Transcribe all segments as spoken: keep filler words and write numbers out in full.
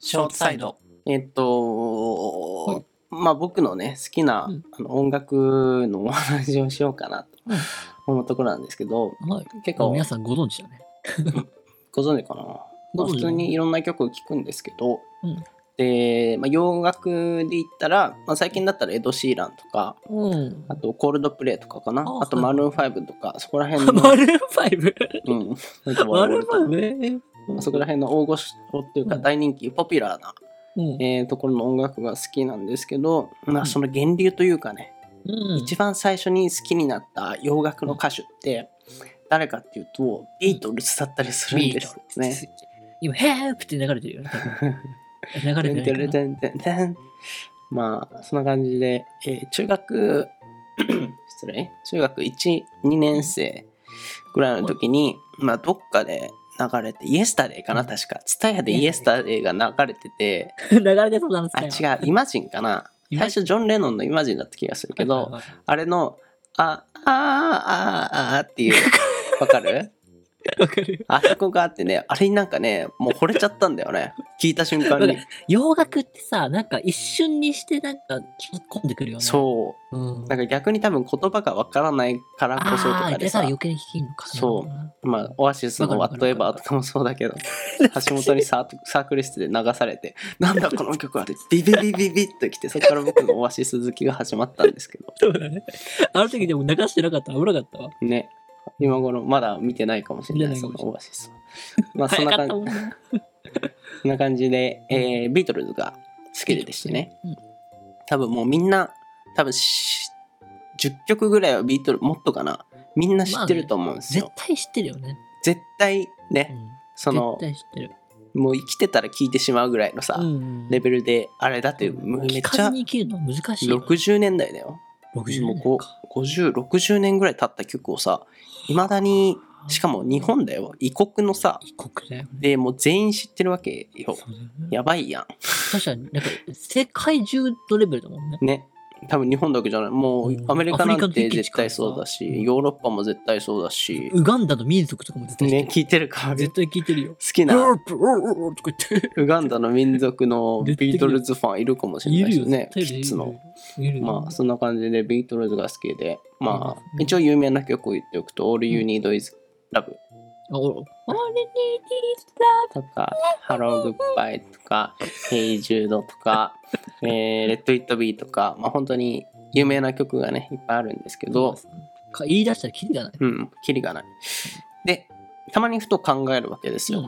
ショートサイド。えっと、 はいまあ僕のね好きな、 うんあの音楽のお話をしようかなとうん思うところなんですけど、 はい。 結構皆さんご存知だね。 ご存知かな、まあ、普通にいろんな曲を聴くんですけど、 うんで、まあ、洋楽で言ったら、まあ、最近だったらエド・シーランとか、 うん。 あとコールドプレイとかかな、 ああとはいマルーンファイブとか、そこら辺の、 マルーンファイブうん、なんかマルーンファイブブね。 そこら辺の大御所っていうかうん大人気、ポピュラーな、 うん。 えーところの音楽が好きなんですけど、まあ、 うんその源流というかね、 うん。 一番最初に好きになった洋楽の歌手って誰かっていうとビートルズだったりするんですよね。 今、ヘルプって流れてるよね。多分流れてないかな。 てんてんてんてんまあそんな感じで、えー中学失礼中学いち、にねん生ぐらいの時に、まあどっかで流れてイエスタデイかな、確かツタヤでイエスタデイが流れてて、 流れてそうなんですあか。 違うイマジンかな、 イマジン最初ジョン・レノンのイマジンだった気がするけど、 はいはいはいあれのああーあーあーっていうわかるわかる。 あそこがあってね、あれになんかねもう惚れちゃったんだよね、聞いた瞬間に。 洋楽ってさ、なんか一瞬にしてなんか引っ込んでくるよね。 そうう。ん。 なんか逆に多分言葉がわからないからこそとああ、 かでさ、 だから余計に聞けんのか。 そうまあオアシスの「 わかるわかる Whatever」とかもそうだけど、橋本にサーサークル室で流されて「なんだこの曲は」ってビビビビビッときて、そこから僕のオアシス好きが始まったんですけどそうだね。あの時でも流してなかった。危なかったわ。 ね、今頃まだ見てないかもしれない、その見てないかもしれないオアシスは。まあそんな早か感じったもんな。 そんな感じで、えービートルズが好きでしてね、 うん。 多分もうみんな多分しじゅっきょくぐらいはビートルズ、もっとかな、みんな知ってると思うんですよ、 絶対知ってるよね。 絶対ね、 うん。 その絶対知ってる。 もう生きてたら聞いてしまうぐらいのさ、 うん。 レベルで、あれだってめっ聞かちゃずに生きるのは難しいよ。 ろくじゅうねんだいだよ。 ろくじゅうもうこねんか。 うごじゅう、ろくじゅうねんぐらい経った曲をさ、いまだに、しかも日本だよ、異国のさ、 異国だよね。 でもう全員知ってるわけよ。 そうだよね。 やばいやん。 確かに、なんか世界中のレベルだもんね。 ね。多分日本だけじゃない。もううんアメリカなんて絶対そうだアフし、 リカの域ヨーロッパも絶対そうだし、 ウガンダの民族とかも絶対知ってね、 る。 聞いてるから、 絶対聞いてるよ。 好きなヘルプおおおとか言って。 ウガンダの民族のビートルズファンいるかもしれいるよ、 ないしね、 絶対いるキッズの。。 いるよまあそんな感じでビートルズが好きで、まあうん一応有名な曲を言っておくと、All You Need Is Love あ、お All I need is とか、Hello Goodbye とか、Hey Jude とか、えー、Let It Be とか、まあ本当に有名な曲がね、いっぱいあるんですけ love。 ど、 か言い出したらキリがない。 うん、キリがない。で、たまにふと考えるわけですよ。 うん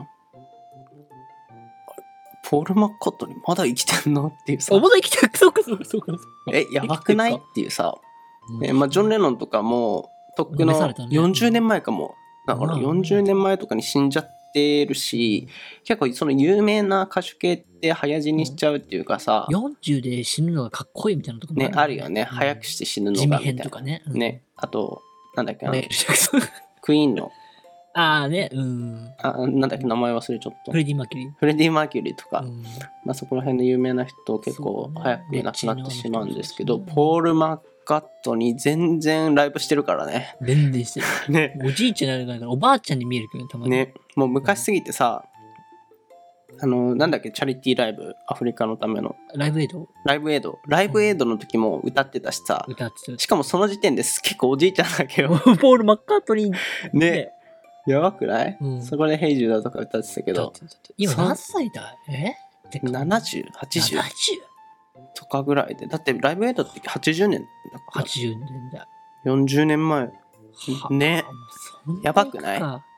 ポール・マッカートニーまだ生きてんのっていうさあ、、まだ生きてる。そうか、そうか、そうか。そうかえ、やばくないっ生きていうさ、 てるかえまあ、ジョン・レノンとかも、とっくの召されたねよんじゅうねんまえかも。だからうんよんじゅうねんまえとかに死んじゃってるし、結構その有名な歌手系って早死にしちゃうっていうかさ、 よんじゅうで死ぬのがかっこいいみたいなとこもね、あるよね。早くしして死ぬの地味がみたいな。 編とかね。うんね、あと、なんだっけなマイ、ケルジャクソンクイーンの、 ああね、うん。 あなんだっけ、名前忘れちゃったフ。レディ・マーキュリー。 フレディ・マーキュリーとか、 うんまあ、そこら辺の有名な人結構早く亡くなってしまうんですけど、ポール・マッカットに全然ライブしてるからね。 全然してる。 ね。 おじいちゃんになるからおばあちゃんに見えるけどね、たまに。 ね。もう昔すぎてさ、あの、なんだっけ、チャリティーライブ、アフリカのための。 ライブエイドライブエイド。ライブエイドの時も歌ってたしさ、 歌ってた。 しかもその時点です結構おじいちゃんだけど、 ポール・マッカートニーね。やばくない、 うんそこでヘイジューだとか歌ってたけど歌って、た今何歳だえてかななじゅう、はちじゅうななじゅうとかぐらいで。だってライブエイドってはちじゅうねんだから、 はちじゅうねんだい。 よんじゅうねんまえ。ねはあ。そんなやばくないか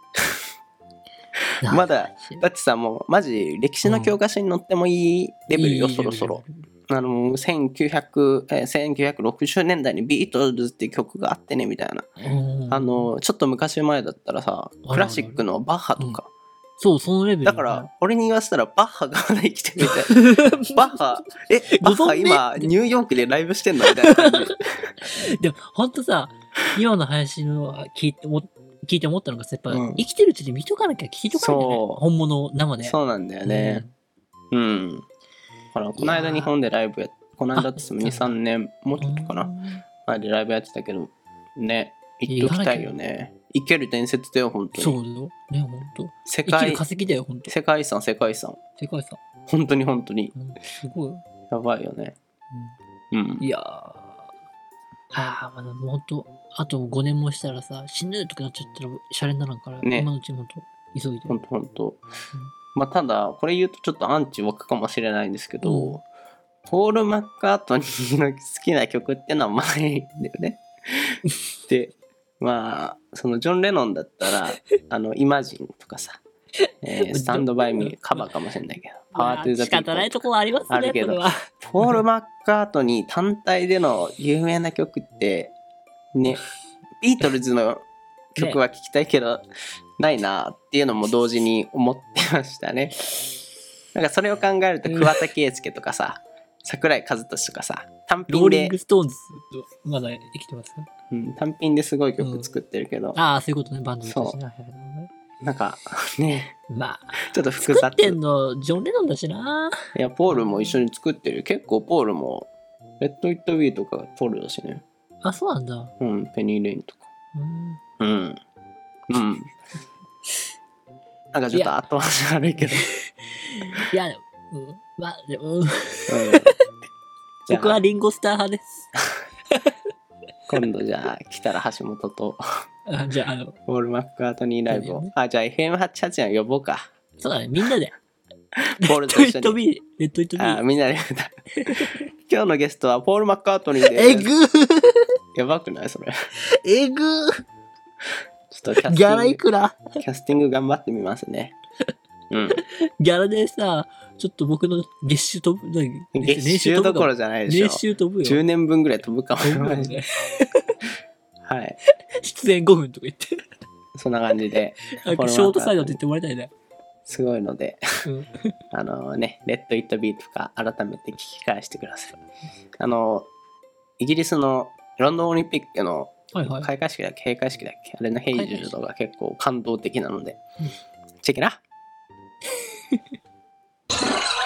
まだ、だってさ、もうマジ歴史の教科書に載ってもいいレベルよ、 いいそろそろ。。あの、せんきゅうひゃく、えーせんきゅうひゃくろくじゅうねんだいにビートルズっていう曲があってね、みたいな。 うんあの、ちょっと昔前だったらさ、クラシックのバッハとか。 そう、そのレベル。 だから、俺に言わせたらバッハがまだ生きてるみたいな。バッハ、え、バッハ今、ニューヨークでライブしてんのみたいな感じ。 でも、ほんとさ、今の話の聞いても聞いて思ったのがさ、やっぱ、 うん生きてるうちに見とかなきゃ聞いとかなきゃね。 そう本物、生で。 そうなんだよね。うん。ほら、この間日本でライブやっこの間って言ってもに、さんねん、もうちょっとかな。前でライブやってたけど、ね、行っときたいよね。行ける伝説だよ、本当に。 そうだよ。ね、ほんと。 世生きる界化石だよ、ほんと。 世界遺産、世界遺産。 世界遺産。 本当に本当に。 うん、すごい。 やばいよね。 ううん。 ん、いやー。ああ、まだもうほんと、あとごねんもしたらさ、死ぬとかなっちゃったら、シャレにならんから、 ね、 今のうちにほんと、急いで。 ほんとほんと。まあ、ただ、これ言うとちょっとアンチ湧くかもしれないんですけど、 うん、 ポール・マッカートニーの好きな曲ってのはまあいいんだよね。で、まあ、そのジョン・レノンだったら、あの、イマジンとかさ、えー、スタンド・バイ・ミーカバーかもしれないけど、パワー・トゥ・ザ・仕ピーポー方ないとこはありますね、 あるけどこれは。 ポール・マッカートニー単体での有名な曲ってね、ビートルズの曲は聴きたいけど、ね、ないなっていうのも同時に思ってましたね。なんかそれを考えると桑田佳祐とかさ、桜井和寿とかさ、単品でローリングストーンズまだ生きてますか、 うん、単品ですごい曲作ってるけど、 うん、ああそういうことね、バンドだしな。 なんかね、 まあちょっと複雑。 作ってんのジョン・レノンだしな。 いや、ポールも一緒に作ってる。結構ポールもレッド・イット・ビーとかポールだしね。 あ、そうなんだ。 うん、ペニー・レインとか。 うん。 うん。うん。なんかちょっと後味悪いけど。 いや、うん、まあ、でも、うん、僕はリンゴスター派です。 今度じゃあ来たら橋本とあ、じゃあ、あの、 ポール・マッカートニーライブを。あ、じゃあ エフエムはちじゅうはち に呼ぼうか。 そうだね、みんなで。 ポールと一緒に。 レッド・イット・ビー。 あ、みんなで歌今日のゲストはポール・マッカートニーで。 えぐーやばくないそれ。 えぐーちょっとキャスティング。 ギャラいくらキャスティング頑張ってみますね。うん。 ギャラでさ、ちょっと僕の月収飛ぶ。 月収どころじゃないでしょ。 年収飛ぶよ。 じゅうねんぶんぐらい飛ぶかもしれない。ね、はい。 出演ごふんとか言って。 そんな感じで。 ショートサイドって言ってもらいたいね。 すごいので、 うん、 あのね、レッド・イット・ビーとか改めて聞き返してください。あの、イギリスのロンドンオリンピックの開会式だっけ、閉会式だっけ、あれのヘイジュードが結構感動的なので、チェケラ